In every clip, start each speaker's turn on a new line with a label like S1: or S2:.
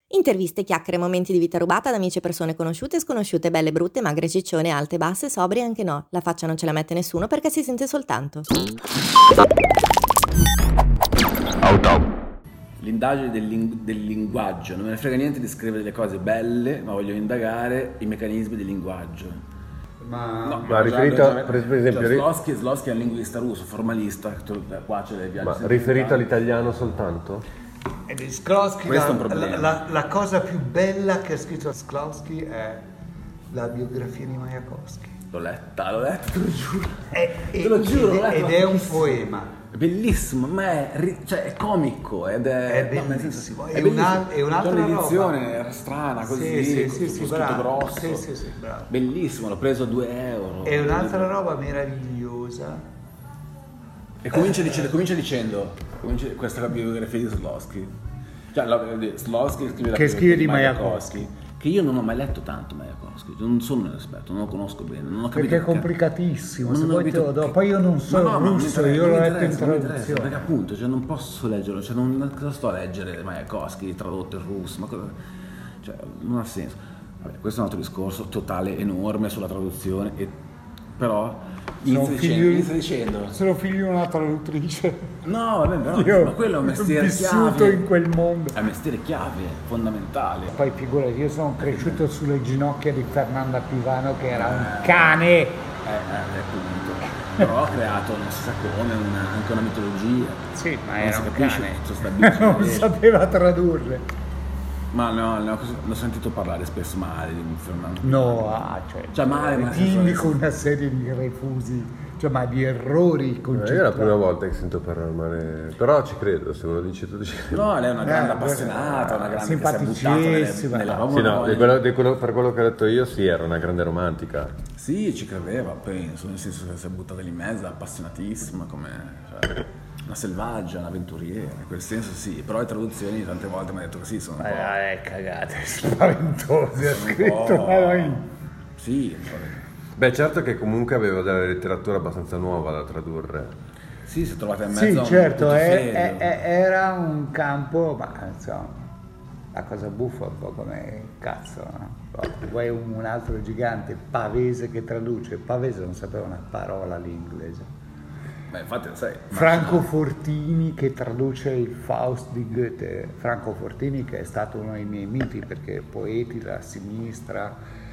S1: Interviste, chiacchiere, momenti di vita rubata da amici e persone conosciute e sconosciute, belle, brutte, magre, ciccione, alte, basse, sobrie anche no. La faccia non ce la mette nessuno perché si sente soltanto.
S2: L'indagine del linguaggio. Non me ne frega niente di scrivere delle cose belle, ma voglio indagare i meccanismi del linguaggio.
S3: Ma riferito, per esempio,
S2: Slosky è un linguista russo, formalista, qua c'è le viaggi.
S3: Ma riferito all'italiano soltanto?
S4: Ed Shklovsky,
S2: Questo è un problema.
S4: la cosa più bella che ha scritto Shklovsky è la biografia di Majakovsky.
S2: L'ho letta, te lo giuro.
S4: Te lo giuro, ed è un poema.
S2: È bellissimo, ma è comico ed
S4: è bellissimo.
S2: È bellissimo.
S4: È un'altra
S2: c'è un'edizione
S4: roba.
S2: era strana così,
S4: sì,
S2: bravo. Grosso.
S4: Sì, bravo.
S2: Bellissimo, l'ho preso a €2.
S4: È un'altra roba meravigliosa.
S2: E comincia dicendo questa è la biografia di Slosky. Cioè, Slosky scrive la
S4: biografia
S2: di Majakovsky. Che io non ho mai letto tanto Majakovsky, non sono un esperto, non lo conosco bene, non ho capito.
S4: Perché è complicatissimo, se poi te lo do. Poi io non sono russo, io l'ho letto in traduzione.
S2: Perché appunto, non posso leggerlo, cosa sto a leggere Majakovsky tradotto in russo, non ha senso. Vabbè, questo è un altro discorso totale, enorme sulla traduzione, però inizia dicendo
S4: sono figlio di una traduttrice.
S2: No, vabbè, però ma quello è un mestiere
S4: vissuto
S2: chiave.
S4: In quel mondo.
S2: È un mestiere chiave, fondamentale.
S4: Poi figurati, io sono cresciuto sulle ginocchia di Fernanda Pivano che era un cane.
S2: Appunto. Però ha creato, non si sa come, anche una mitologia.
S4: Sì, ma
S2: non
S4: era un cane.
S2: Non
S4: sapeva tradurre.
S2: Ma l'ho sentito parlare spesso male di Fernando.
S4: No, cioè
S2: male, ma
S4: ti indico una serie di refusi, ma di errori concettuali.
S3: È la prima volta che sento parlare male, però ci credo, se me lo dici tu ci credo.
S2: No, lei è una grande appassionata, una grande
S4: simpaticissima.
S3: Per quello che ho detto io, sì, era una grande romantica.
S2: Sì, ci credeva, penso, nel senso che si è buttata lì in mezzo, appassionatissima, una selvaggia, un'avventuriera, in quel senso sì, però le traduzioni tante volte mi ha detto che sì, sono un po'...
S4: cagate, spaventose, ha scritto,
S2: Sì,
S3: Beh, certo che comunque aveva della letteratura abbastanza nuova da tradurre.
S2: Sì, si è trovata in mezzo
S4: a certo, era un campo, ma insomma, la cosa buffa un po' come cazzo, no? Poi un altro gigante, Pavese, che traduce, Pavese non sapeva una parola l'inglese.
S2: Beh, infatti, sai,
S4: Franco Fortini che traduce il Faust di Goethe. Franco Fortini che è stato uno dei miei miti perché poeti della sinistra,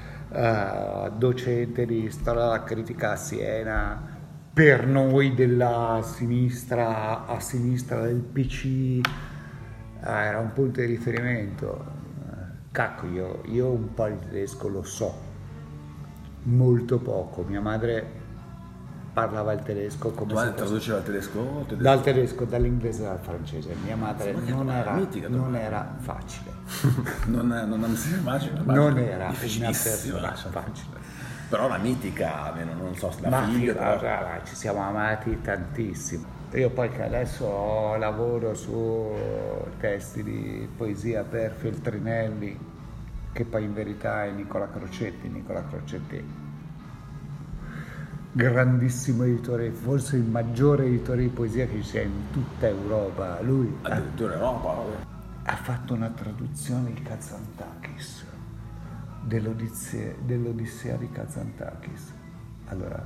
S4: docente di storia della critica a Siena, per noi della sinistra, a sinistra del PC, era un punto di riferimento. Cacchio, io un po' di tedesco lo so, molto poco. Mia madre parlava il tedesco come
S2: se traduceva il tedesco?
S4: Dal tedesco, dall'inglese e dal francese. Mia madre non era facile.
S2: non si immagina.
S4: Non era una persona facile.
S2: Però la mitica, almeno non so se la figlia.
S4: Ci siamo amati tantissimo. Io poi che adesso lavoro su testi di poesia per Feltrinelli, che poi in verità è Nicola Crocetti, grandissimo editore, forse il maggiore editore di poesia che ci sia in tutta Europa. Lui
S2: addirittura Europa,
S4: ha fatto una traduzione di Kazantakis, dell'Odissea di Kazantakis. Allora,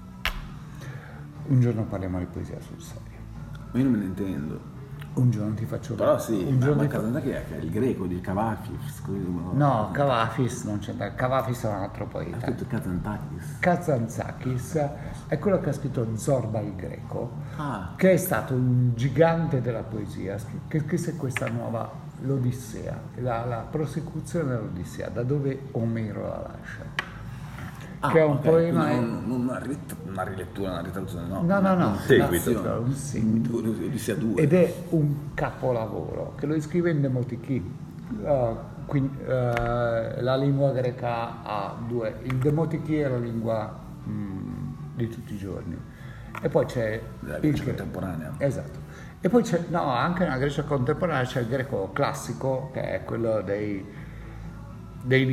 S4: un giorno parliamo di poesia sul serio.
S2: Ma io non me ne intendo.
S4: Un giorno ti faccio
S2: vedere. Però sì, ma Kazantakis è il greco di Kavafis.
S4: No, Kavafis non c'è. Kavafis è un altro poeta.
S2: Ha scritto Kazantakis.
S4: Kazantakis è quello che ha scritto Zorba il greco, che è stato un gigante della poesia, che scrisse questa nuova, l'Odissea, la prosecuzione dell'Odissea, da dove Omero la lascia. Che è un poema.
S2: Una rilettura, una ritraduzione, no?
S4: No.
S3: Un seguito.
S4: Un seguito.
S2: Odissea 2.
S4: Ed è un capolavoro che lo scrive in demotichi. La lingua greca ha due. Il demotichi è la lingua di tutti i giorni. E poi c'è
S2: la Grecia contemporanea.
S4: Esatto. E poi c'è, anche nella Grecia contemporanea c'è il greco classico, che è quello dei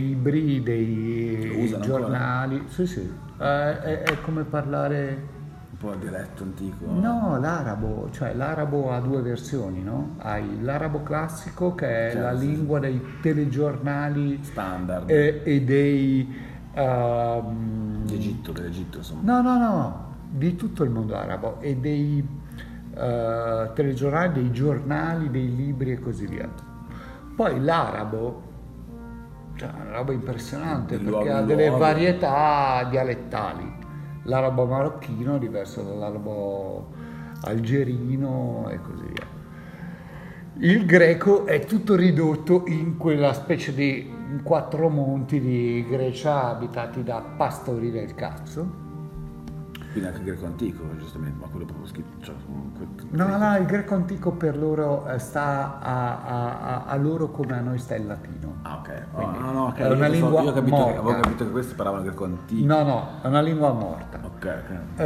S4: libri, dei giornali. Sì. È come parlare
S2: Un po' il dialetto antico.
S4: No, l'arabo, cioè l'arabo ha due versioni, no? Hai l'arabo classico che è
S2: Certo,
S4: la
S2: sì,
S4: lingua dei telegiornali
S2: Standard.
S4: e dei...
S2: Dell'Egitto, insomma.
S4: No, di tutto il mondo arabo e dei telegiornali, dei giornali, dei libri e così via. Poi l'arabo, cioè, è una roba impressionante
S2: Il
S4: perché
S2: luogo-
S4: ha
S2: il
S4: delle
S2: luogo.
S4: varietà dialettali. L'arabo marocchino è diverso dall'arabo algerino e così via. Il greco è tutto ridotto in quella specie di 4 monti di Grecia abitati da pastori del cazzo.
S2: Quindi anche il greco antico, giustamente, ma quello proprio scritto. Cioè,
S4: No, il greco antico per loro sta a loro come a noi sta il latino.
S2: Ah, ok.
S4: Quindi
S2: No, ok.
S4: è una lingua
S2: io avevo
S4: morta.
S2: capito che questi parlavano greco antico.
S4: No, è una lingua morta.
S2: Ok.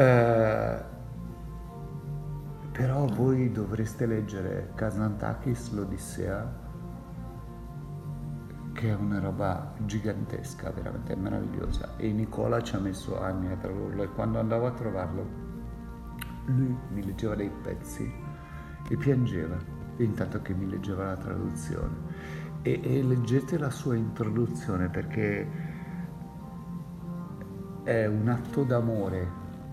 S4: Però voi dovreste leggere Kazantakis, l'Odissea, che è una roba gigantesca, veramente meravigliosa. E Nicola ci ha messo anni a tradurlo e quando andavo a trovarlo, lui mi leggeva dei pezzi e piangeva, intanto che mi leggeva la traduzione. E leggete la sua introduzione perché è un atto d'amore.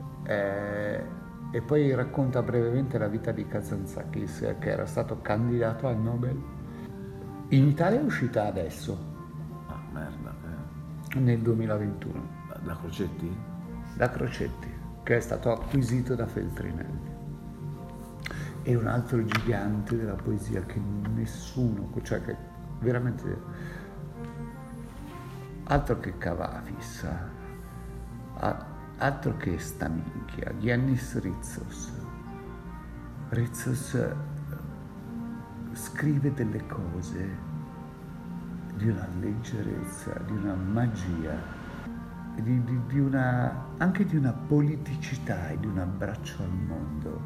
S4: E poi racconta brevemente la vita di Kazantzakis, che era stato candidato al Nobel. In Italia è uscita adesso,
S2: Ah, merda.
S4: nel 2021,
S2: Da Crocetti?
S4: da Crocetti, che è stato acquisito da Feltrinelli. È un altro gigante della poesia che nessuno, cioè che veramente altro che Cavafis, altro che sta minchia, Giannis Ritsos. Ritsos scrive delle cose di una leggerezza, di una magia, di una, anche di una politicità e di un abbraccio al mondo.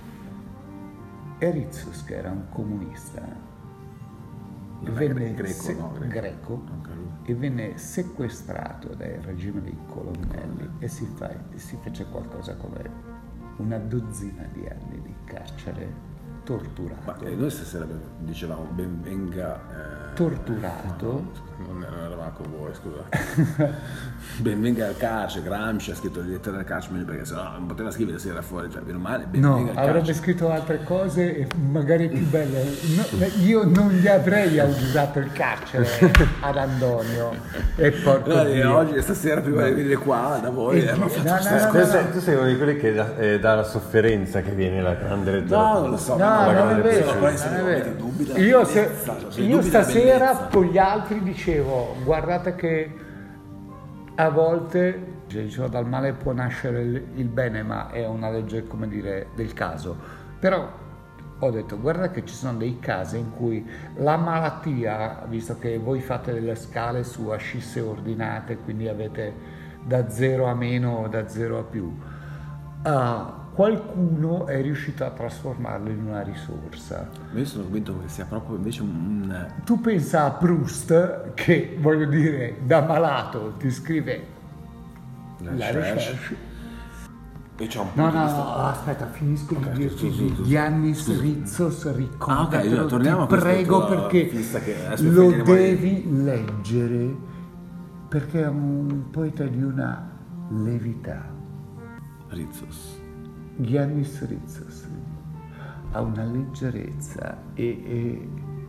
S4: E Ritsos, che era un comunista,
S2: Non è
S4: venne
S2: greco, no?
S4: greco
S2: Anche lui.
S4: e venne sequestrato dal regime dei colonnelli e si fece qualcosa come una dozzina di anni di carcere, torturato.
S2: Ma noi stasera dicevamo ben venga.
S4: Torturato.
S2: Non eravamo con voi, scusate. Ben venga al carcere, Gramsci ha scritto le lettere al carcere perché sennò non poteva scrivere se era fuori, cioè bene o male, ben
S4: No,
S2: venga al
S4: avrebbe
S2: carcere.
S4: scritto altre cose e magari più belle. No, io non gli avrei abusato il carcere ad Antonio. E porco
S2: No,
S4: Dio.
S2: oggi, stasera, prima di venire qua da voi,
S4: E-
S2: abbiamo fatto
S4: no,
S2: questa-
S4: no,
S3: Questo- tu sei uno di quelli che dà la sofferenza che viene la grande letteratura.
S2: No, non lo so.
S4: No,
S3: la
S4: non è
S3: grande
S4: vero,
S3: poesia.
S2: Poi se
S4: non è
S2: no,
S4: vero.
S2: metti dubbi della
S4: Io,
S2: bellezza, cioè,
S4: io
S2: dubbi della
S4: stasera
S2: bellezza.
S4: con gli altri dicevo, guardate che a volte dicevo, dal male può nascere il bene, ma è una legge, come dire, del caso. Però ho detto, guarda che ci sono dei casi in cui la malattia, visto che voi fate delle scale su ascisse ordinate, quindi avete da 0 a meno o da 0 a più, qualcuno è riuscito a trasformarlo in una risorsa.
S2: Ma io sono convinto che sia proprio invece un.
S4: Tu pensa a Proust che, voglio dire, da malato ti scrive la recherche.
S2: E c'è un
S4: No,
S2: punto
S4: no,
S2: di vista-
S4: no, aspetta, finisco di
S2: Ok,
S4: dirti
S2: scusa,
S4: di
S2: scusa.
S4: Giannis Ritsos, ricordatelo,
S2: torniamo a
S4: ti
S2: questa
S4: prego,
S2: tua
S4: perché
S2: fissa che adesso
S4: lo
S2: finiremo di-
S4: devi leggere, perché è un poeta di una levità.
S2: Ritsos.
S4: Giannis Ritsos ha una leggerezza e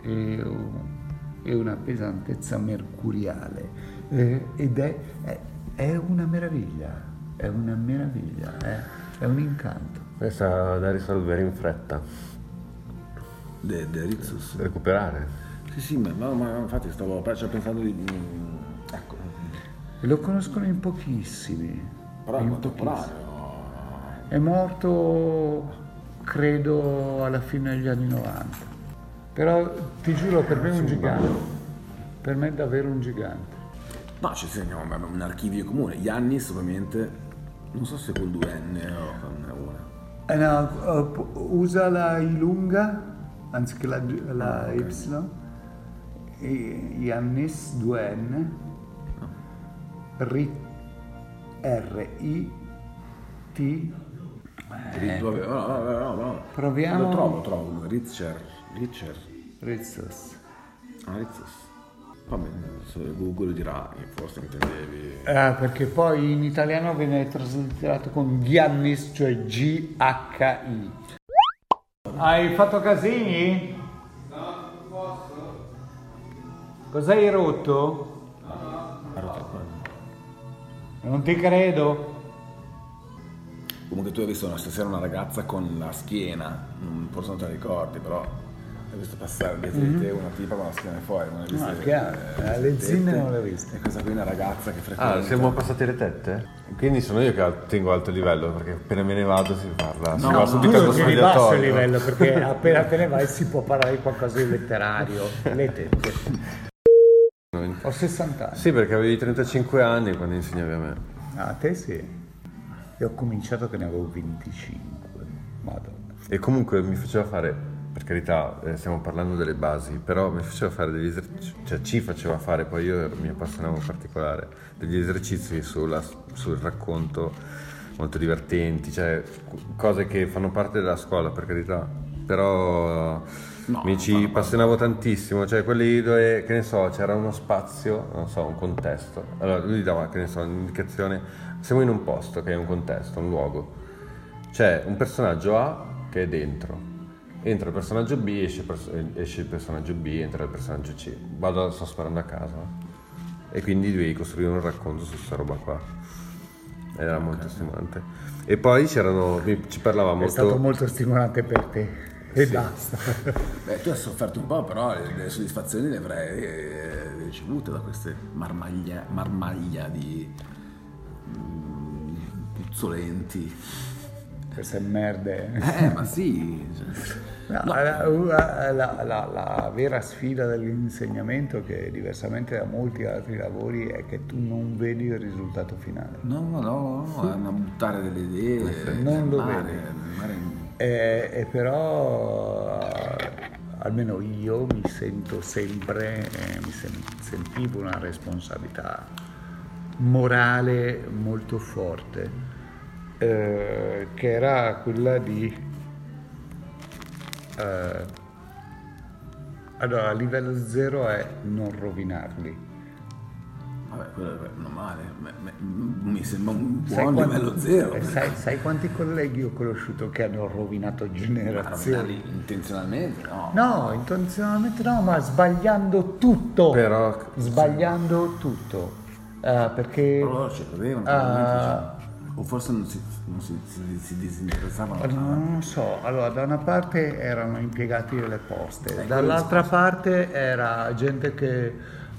S4: una pesantezza mercuriale ed è una meraviglia, è un incanto.
S3: Questa da risolvere in fretta,
S2: De Ritsos.
S3: recuperare.
S2: Sì, ma infatti stavo pensando di. Ecco.
S4: Lo conoscono in pochissimi.
S2: Però è
S4: in
S2: contemporaneo.
S4: È morto, credo, alla fine degli anni 90. Però ti giuro, per me è un gigante. Per me è davvero un gigante.
S2: No, ci segniamo un archivio comune. Giannis, ovviamente, non so se col 2N o con una.
S4: No, usa la I lunga anziché la
S2: ok.
S4: Y. E Giannis 2N. R-I-T
S2: No.
S4: Proviamo.
S2: Lo trovo come Ritzers.
S4: Rizzos.
S2: Ritzers. Va bene, se Google dirà che forse intendevi.
S4: Perché poi in italiano viene traslitterato con Giannis, cioè Ghi. Hai fatto casini? No, non posso. Cos'hai rotto? Non ti credo.
S2: Comunque tu hai visto stasera una ragazza con la schiena, forse non te la ricordi, però hai visto passare dietro di te una tipa con la schiena fuori, non hai visto?
S4: Chiaro, le zinne non le ho viste.
S2: E questa qui è una ragazza che frequenta.
S3: Siamo passati le tette? Quindi sono io che tengo alto livello, perché appena me ne vado si parla. Si va
S4: Tu
S3: subito
S4: non
S3: allo
S4: tieni basso il
S3: spogliatoio.
S4: livello, perché appena te ne vai si può parlare di qualcosa di letterario. Le tette. Ho 60 anni.
S3: Sì, perché avevi 35 anni quando insegnavi a me.
S4: A te sì. E ho cominciato che ne avevo 25. Madonna.
S3: E comunque mi faceva fare, per carità, stiamo parlando delle basi, però mi faceva fare degli esercizi, cioè ci faceva fare, poi io mi appassionavo in particolare, degli esercizi sul racconto molto divertenti, cioè cose che fanno parte della scuola, per carità, però mi ci appassionavo tantissimo, cioè quelli dove, che ne so, c'era uno spazio, non so, un contesto, allora lui dava, che ne so, un'indicazione, siamo in un posto che è un contesto, un luogo, c'è un personaggio A che è dentro, entra il personaggio B, esce il personaggio B, entra il personaggio C, sto sparando a casa e quindi devi costruire un racconto su questa roba qua, era molto stimolante. E poi ci parlava molto.
S4: È stato molto stimolante per te e basta.
S2: Beh, tu hai sofferto un po', però le soddisfazioni le avrai ricevute da queste marmaglia di puzzolenti.
S4: Queste merde.
S2: Ma sì.
S4: No, la vera sfida dell'insegnamento, che diversamente da molti altri lavori, è che tu non vedi il risultato finale.
S2: No, è una buttare delle idee.
S4: Non lo vedi. E però almeno io mi sento sempre, sentivo una responsabilità morale molto forte, che era quella di allora, livello 0 è non rovinarli.
S2: Vabbè, quello è normale, mi sembra un buon livello 0.
S4: Sai quanti colleghi ho conosciuto che hanno rovinato generazioni?
S2: Intenzionalmente no.
S4: No, intenzionalmente no, ma sbagliando tutto.
S3: Però
S4: sbagliando tutto. Perché
S2: Però loro ci credevano, o forse non si disinteressavano.
S4: non so, allora da una parte erano impiegati delle poste,
S2: quello
S4: dall'altra parte era gente che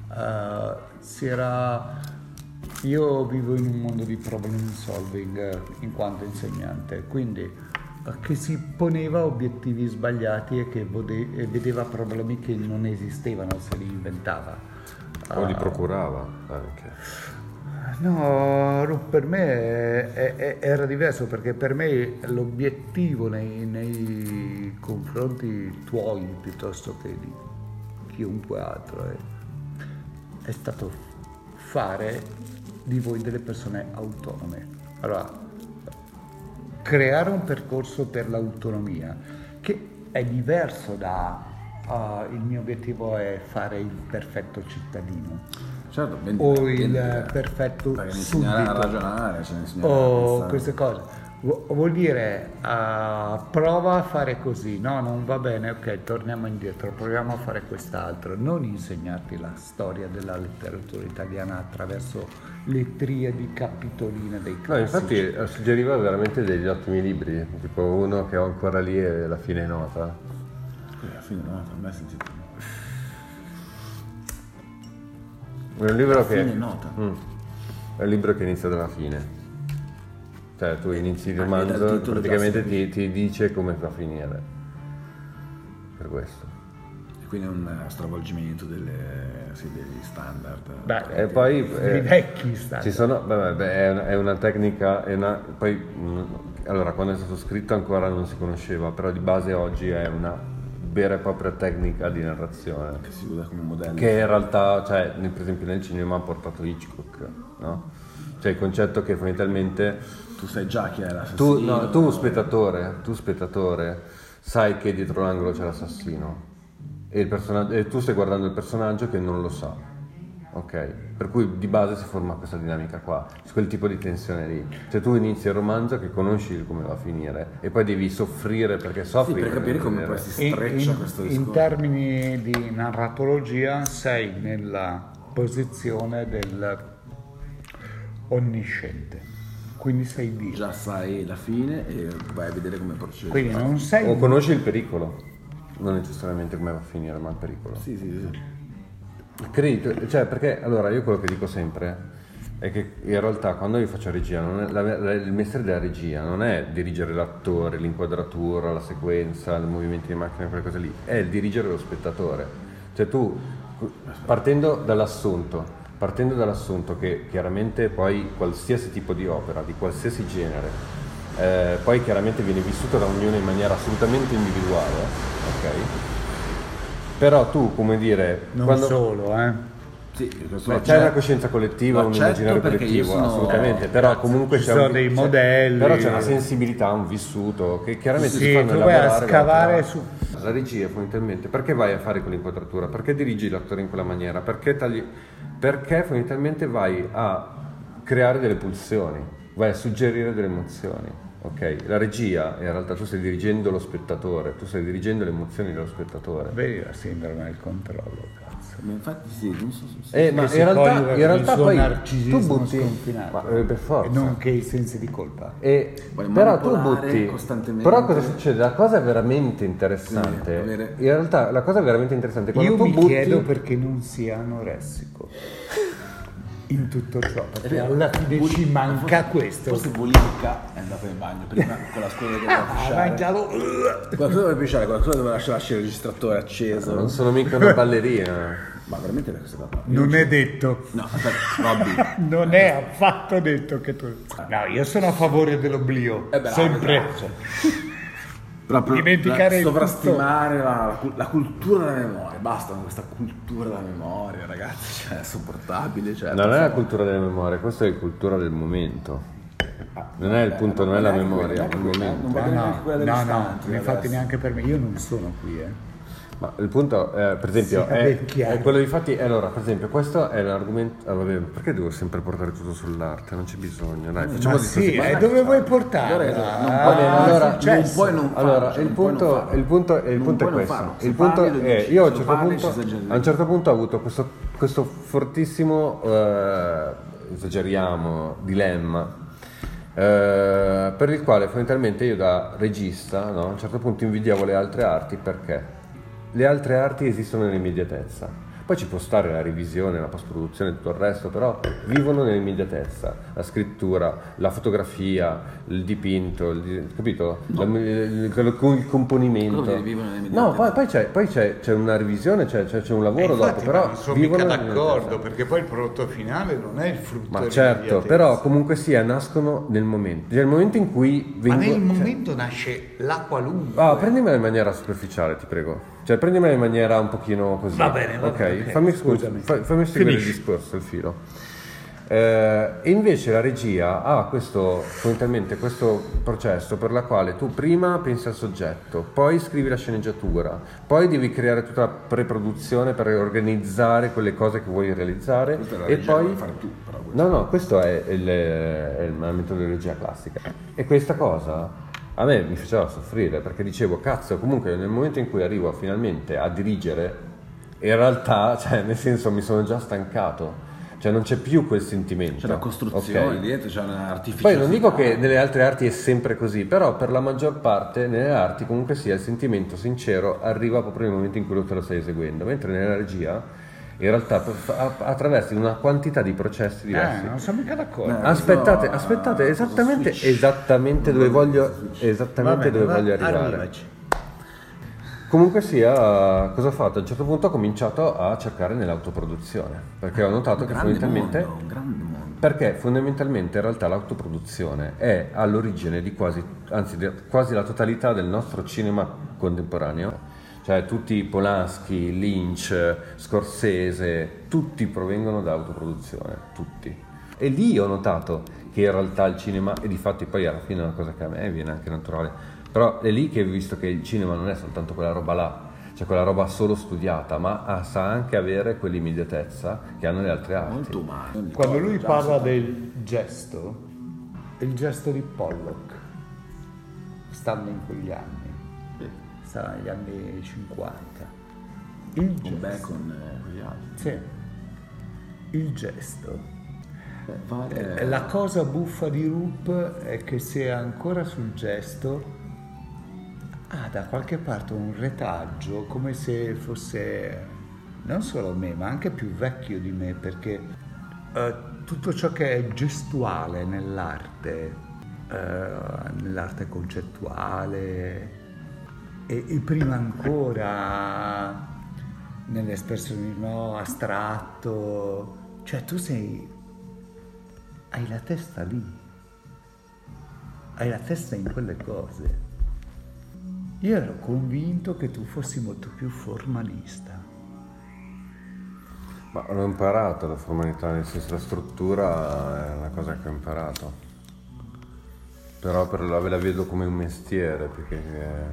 S4: io vivo in un mondo di problem solving in quanto insegnante, quindi che si poneva obiettivi sbagliati e che vedeva problemi che non esistevano, se li inventava.
S3: o li procurava anche.
S4: No, per me era diverso, perché per me l'obiettivo nei confronti tuoi piuttosto che di chiunque altro è stato fare di voi delle persone autonome. Allora, creare un percorso per l'autonomia che è diverso da il mio obiettivo è fare il perfetto cittadino.
S2: Certo,
S4: O il perfetto
S2: suddito. A ragionare,
S4: o queste cose. Vuol dire prova a fare così, no, non va bene, ok, torniamo indietro, proviamo a fare quest'altro. Non insegnarti la storia della letteratura italiana attraverso le triadi capitoline dei classici.
S3: No, infatti suggeriva veramente degli ottimi libri, tipo uno che ho ancora lì e La fine è nota.
S2: La fine è nota, non mai sentito.
S3: È un libro
S2: Fine nota.
S3: È un libro che inizia dalla fine. Cioè tu inizi il romanzo,
S2: titolo
S3: praticamente ti dice come va a finire. Per questo.
S2: Quindi è un stravolgimento degli standard.
S3: E poi
S4: I vecchi standard.
S3: ci sono, è una tecnica, poi allora quando è stato scritto ancora non si conosceva, però di base oggi è una vera e propria tecnica di narrazione
S2: Che si usa come modello.
S3: che in realtà, cioè per esempio nel cinema ha portato Hitchcock, no? Cioè Cioè il concetto che fondamentalmente
S2: Tu sai già chi è l'assassino.
S3: tu spettatore, sai che dietro l'angolo c'è l'assassino e tu stai guardando il personaggio che non lo sa, ok? Per cui di base si forma questa dinamica qua, su quel tipo di tensione lì. Cioè tu inizi il romanzo che conosci come va a finire e poi devi soffrire perché soffri
S2: per capire come poi si streccia questo discorso.
S4: In termini di narratologia sei nella posizione del onnisciente, quindi sei Dio.
S2: Già sai la fine e vai a vedere come procede.
S4: Quindi non sei
S3: o conosci il pericolo, non necessariamente come va a finire, ma il pericolo.
S2: Sì.
S3: Credi, cioè perché allora io quello che dico sempre è che in realtà quando io faccio regia il mestiere della regia non è dirigere l'attore, l'inquadratura, la sequenza, i movimenti di macchina, quelle cose lì, è il dirigere lo spettatore. Cioè tu partendo dall'assunto che chiaramente poi qualsiasi tipo di opera di qualsiasi genere poi chiaramente viene vissuta da ognuno in maniera assolutamente individuale, ok? Però tu, come dire,
S4: non solo,
S2: Sì, questo
S3: c'è una coscienza collettiva,
S2: lo
S3: un
S2: accetto
S3: immaginario
S2: perché io
S3: collettivo,
S2: sono-
S3: assolutamente, però comunque
S4: ci sono dei modelli.
S3: però c'è una sensibilità, un vissuto che chiaramente
S4: Sì,
S3: ti fanno
S4: tu vai a
S3: elaborare
S4: scavare
S3: l'opera. La regia fondamentalmente, perché vai a fare quell'inquadratura? Perché dirigi l'attore in quella maniera? Perché fondamentalmente vai a creare delle pulsioni, vai a suggerire delle emozioni. Ok, la regia in realtà tu stai dirigendo lo spettatore, tu stai dirigendo le emozioni dello spettatore.
S4: Vedi la sindrome del controllo, cazzo.
S2: Ma infatti sì, non so se...
S3: Ma
S4: Che
S3: in
S4: si coniuga
S3: realtà
S4: con il suo
S3: poi tu
S4: narcisismo
S3: butti
S4: sconfinato.
S3: ma, per forza.
S4: E nonché i sensi di colpa.
S2: Vuoi
S3: Però tu
S2: manipolare
S3: butti
S2: costantemente.
S3: però cosa succede? La cosa veramente interessante
S2: Sì, avere-
S3: in realtà la cosa veramente interessante è quando
S4: Io
S3: tu
S4: mi
S3: butti
S4: chiedo perché non sia anoressico in tutto ciò, perché alla fine ci manca questo.
S2: Forse Bolivica è andata in bagno prima con la scuola che doveva pisciare.
S4: Mangialo.
S2: Qualcuno doveva pisciare, qualcuno doveva lasciare il registratore acceso.
S3: non sono mica una ballerina.
S2: Ma veramente è questa qua.
S4: Non è detto.
S2: No, aspetta, Robby.
S4: Non è affatto detto che tu. No, io sono a favore dell'oblio.
S2: Bravo,
S4: sempre.
S2: bravo. Proprio
S4: Dimenticare
S2: sovrastimare la cultura della memoria. Basta con questa cultura della memoria, ragazzi. Cioè, è sopportabile. Cioè,
S3: Non è la cultura della memoria, questa è la cultura del momento. Non è il punto, non è la memoria, è il momento.
S2: Non va bene neanche quella degli istanti,
S4: infatti
S2: ragazzi.
S4: neanche per me. Io non sono qui,
S3: Ma il punto, per esempio,
S4: Sì, vabbè, chiaro.
S3: è quello di fatti. Allora, per esempio, questo è l'argomento. Vabbè, perché devo sempre portare tutto sull'arte? Non c'è bisogno, dai, facciamo
S4: Ma
S3: di
S4: sì,
S3: così.
S4: dove vuoi portarla?
S2: Va bene,
S3: allora,
S2: non puoi non farlo,
S3: Allora,
S2: cioè,
S3: il
S2: non puoi
S3: punto,
S2: non farlo.
S3: il punto è
S2: Non puoi non
S3: questo.
S2: farlo. Se
S3: Il punto
S2: parli, lo
S3: è,
S2: dici.
S3: io
S2: Se parli, ci esageri.
S3: a un certo punto ho avuto questo fortissimo, esageriamo, dilemma, per il quale fondamentalmente io da regista, no, a un certo punto invidiavo le altre arti perché le altre arti esistono nell'immediatezza. Poi ci può stare la revisione, la post-produzione e tutto il resto, però vivono nell'immediatezza. La scrittura, la fotografia, il dipinto, capito? Il componimento.
S2: Cosa vuol dire vivono nell'immediatezza?
S3: No, poi c'è una revisione, c'è un lavoro dopo, però
S4: non sono
S3: vivono
S4: mica
S3: nell'immediatezza.
S4: d'accordo, perché poi il prodotto finale non è il frutto
S3: Ma certo,
S4: dell'immediatezza.
S3: però comunque sia, nascono nel momento. Nel momento in cui
S4: Ma
S3: vengo...
S4: nel momento nasce la qualunque.
S3: prendimela in maniera superficiale, ti prego. Cioè, prendimela in maniera un pochino così.
S4: Va bene,
S3: ok.
S4: Scusami.
S3: Fammi seguire il
S4: Finisci.
S3: discorso, il filo. E invece la regia ha fondamentalmente questo processo per la quale tu prima pensi al soggetto, poi scrivi la sceneggiatura, poi devi creare tutta la pre-produzione per organizzare quelle cose che vuoi realizzare
S2: Questa è la
S3: e
S2: regia,
S3: poi...
S2: devi fare tu, però, questo.
S3: No, questo è la metodologia classica. E questa cosa a me mi faceva soffrire perché dicevo, cazzo, comunque nel momento in cui arrivo finalmente a dirigere, in realtà, cioè nel senso mi sono già stancato. Cioè non c'è più quel sentimento.
S2: C'è la costruzione
S3: ok?
S2: dietro, c'è un'artificialità.
S3: Poi non dico che nelle altre arti è sempre così, però per la maggior parte nelle arti comunque sia il sentimento sincero arriva proprio nel momento in cui te lo stai esaguendo, mentre nella regia in realtà attraversi una quantità di processi diversi.
S4: Non sono mica d'accordo.
S3: Aspettate, esattamente dove voglio arrivare.
S4: Arrivaci.
S3: Comunque sia, cosa ho fatto? A un certo punto ho cominciato a cercare nell'autoproduzione, perché ho notato che fondamentalmente
S2: un grande mondo.
S3: perché fondamentalmente in realtà l'autoproduzione è all'origine di quasi la totalità del nostro cinema contemporaneo, cioè tutti Polanski, Lynch, Scorsese, tutti provengono da autoproduzione, tutti. E lì ho notato che in realtà il cinema, e difatti poi alla fine è una cosa che a me viene anche naturale, però è lì che ho visto che il cinema non è soltanto quella roba là, cioè quella roba solo studiata, ma sa anche avere quell'immediatezza che hanno le altre arti.
S2: Molto umano.
S4: Quando lui parla del gesto, il gesto di Pollock, stando in quegli anni, stava negli anni 50, il
S2: Con
S4: gesto,
S2: Bacon e quegli altri.
S4: sì, il gesto.
S2: Vale.
S4: La cosa buffa di Roop è che se è ancora sul gesto ha da qualche parte un retaggio come se fosse non solo me ma anche più vecchio di me, perché tutto ciò che è gestuale nell'arte concettuale e prima ancora nell'espressionismo astratto, cioè tu hai la testa lì, hai la testa in quelle cose. Io ero convinto che tu fossi molto più formalista.
S3: Ma l'ho imparato la formalità, nel senso la struttura è una cosa che ho imparato, però la vedo come un mestiere più che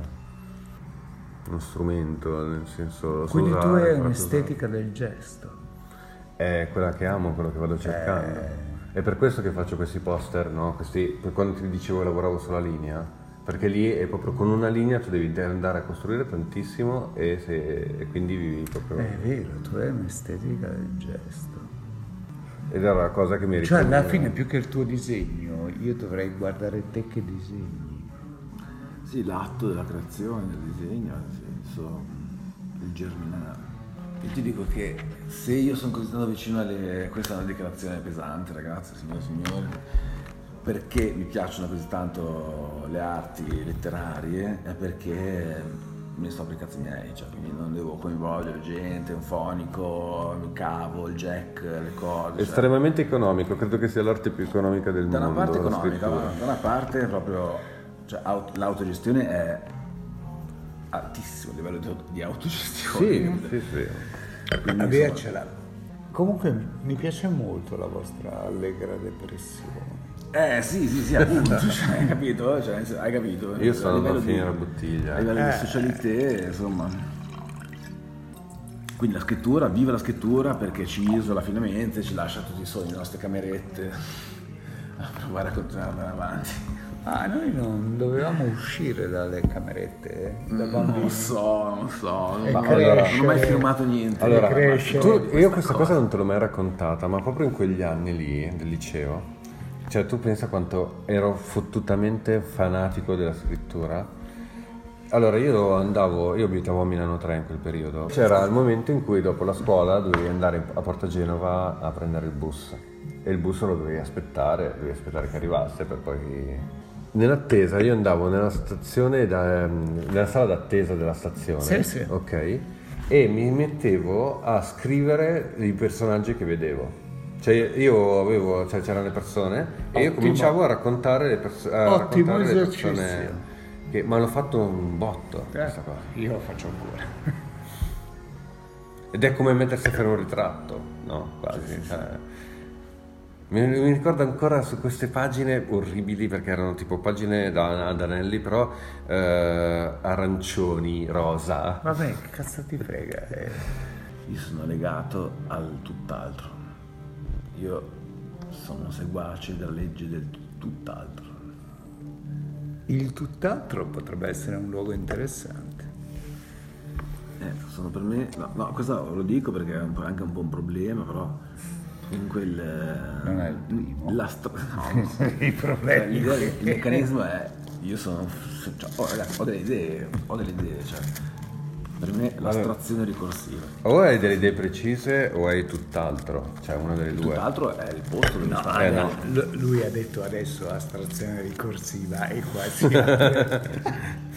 S3: uno strumento, nel senso.
S4: Quindi tu
S3: usare,
S4: hai un'estetica del gesto.
S3: È quella che amo, quello che vado cercando. È per questo che faccio questi poster, no? Per quando ti dicevo che lavoravo sulla linea, perché lì è proprio con una linea tu devi andare a costruire tantissimo e quindi vivi proprio.
S4: È vero, tu hai un'estetica del gesto.
S3: Ed era la cosa che mi
S4: Cioè
S3: ricordava.
S4: alla fine più che il tuo disegno, io dovrei guardare te che disegni.
S2: Sì, l'atto della creazione, del disegno, nel senso, il germinare. Io ti dico che se io sono così tanto vicino alle... Questa è una dichiarazione pesante, ragazzi, signore e signori, perché mi piacciono così tanto le arti letterarie, è perché mi sto per i cazzi miei, cioè quindi non devo coinvolgere gente, un fonico, mi cavo, il jack, le cose.
S3: Estremamente economico, credo che sia l'arte più economica del
S2: Da
S3: mondo.
S2: una parte
S3: la
S2: economica,
S3: scrittura.
S2: da una parte proprio, cioè, l'autogestione è altissimo il livello di autogestione.
S3: Sì.
S2: Quindi,
S4: Avercela. Comunque mi piace molto la vostra allegra depressione.
S2: Sì, appunto, cioè, hai capito? Cioè, hai capito?
S3: Io sto andando a finire
S2: di-
S3: la bottiglia.
S2: A livello di socialité, insomma. Quindi la scrittura, viva la scrittura perché ci isola finalmente, ci lascia tutti soli nelle nostre camerette a provare a continuare ad andare avanti.
S4: Noi non dovevamo uscire dalle camerette da bambini.
S2: Non so.
S4: E
S2: Non
S4: crescere.
S2: ho mai filmato niente.
S3: Allora,
S4: crescere.
S3: io questa cosa non te l'ho mai raccontata, ma proprio in quegli anni lì del liceo, cioè tu pensa quanto ero fottutamente fanatico della scrittura. Allora io abitavo a Milano 3 in quel periodo. C'era il momento in cui dopo la scuola dovevi andare a Porta Genova a prendere il bus e il bus lo dovevi aspettare che arrivasse per poi... Nell'attesa io andavo nella stazione, nella sala d'attesa della stazione,
S4: Sì.
S3: ok? E mi mettevo a scrivere i personaggi che vedevo. Cioè c'erano le persone e io cominciavo a raccontare le
S4: Ottimo
S3: persone.
S4: esercizio.
S3: Ma l'ho fatto un botto questa cosa.
S4: Io lo faccio ancora.
S3: Ed è come mettersi a fare un ritratto, no? Quasi. Cioè, mi ricordo ancora su queste pagine orribili perché erano tipo pagine ad anelli, però arancioni, rosa.
S4: Vabbè, che cazzo ti frega?
S2: Io sono legato al tutt'altro. Io sono seguace della legge del tutt'altro.
S4: Il tutt'altro potrebbe essere un luogo interessante.
S2: Sono per me... No, questo lo dico perché è anche un po' un problema, però in quel...
S4: Non è il primo.
S2: I
S4: problemi.
S2: Il meccanismo è... Io sono... Cioè, ho delle idee, cioè... Per me l'astrazione ricorsiva.
S3: O hai delle idee precise o hai tutt'altro, cioè una delle due.
S2: Tutt'altro è il posto dove sta.
S4: Lui ha detto adesso astrazione ricorsiva e quasi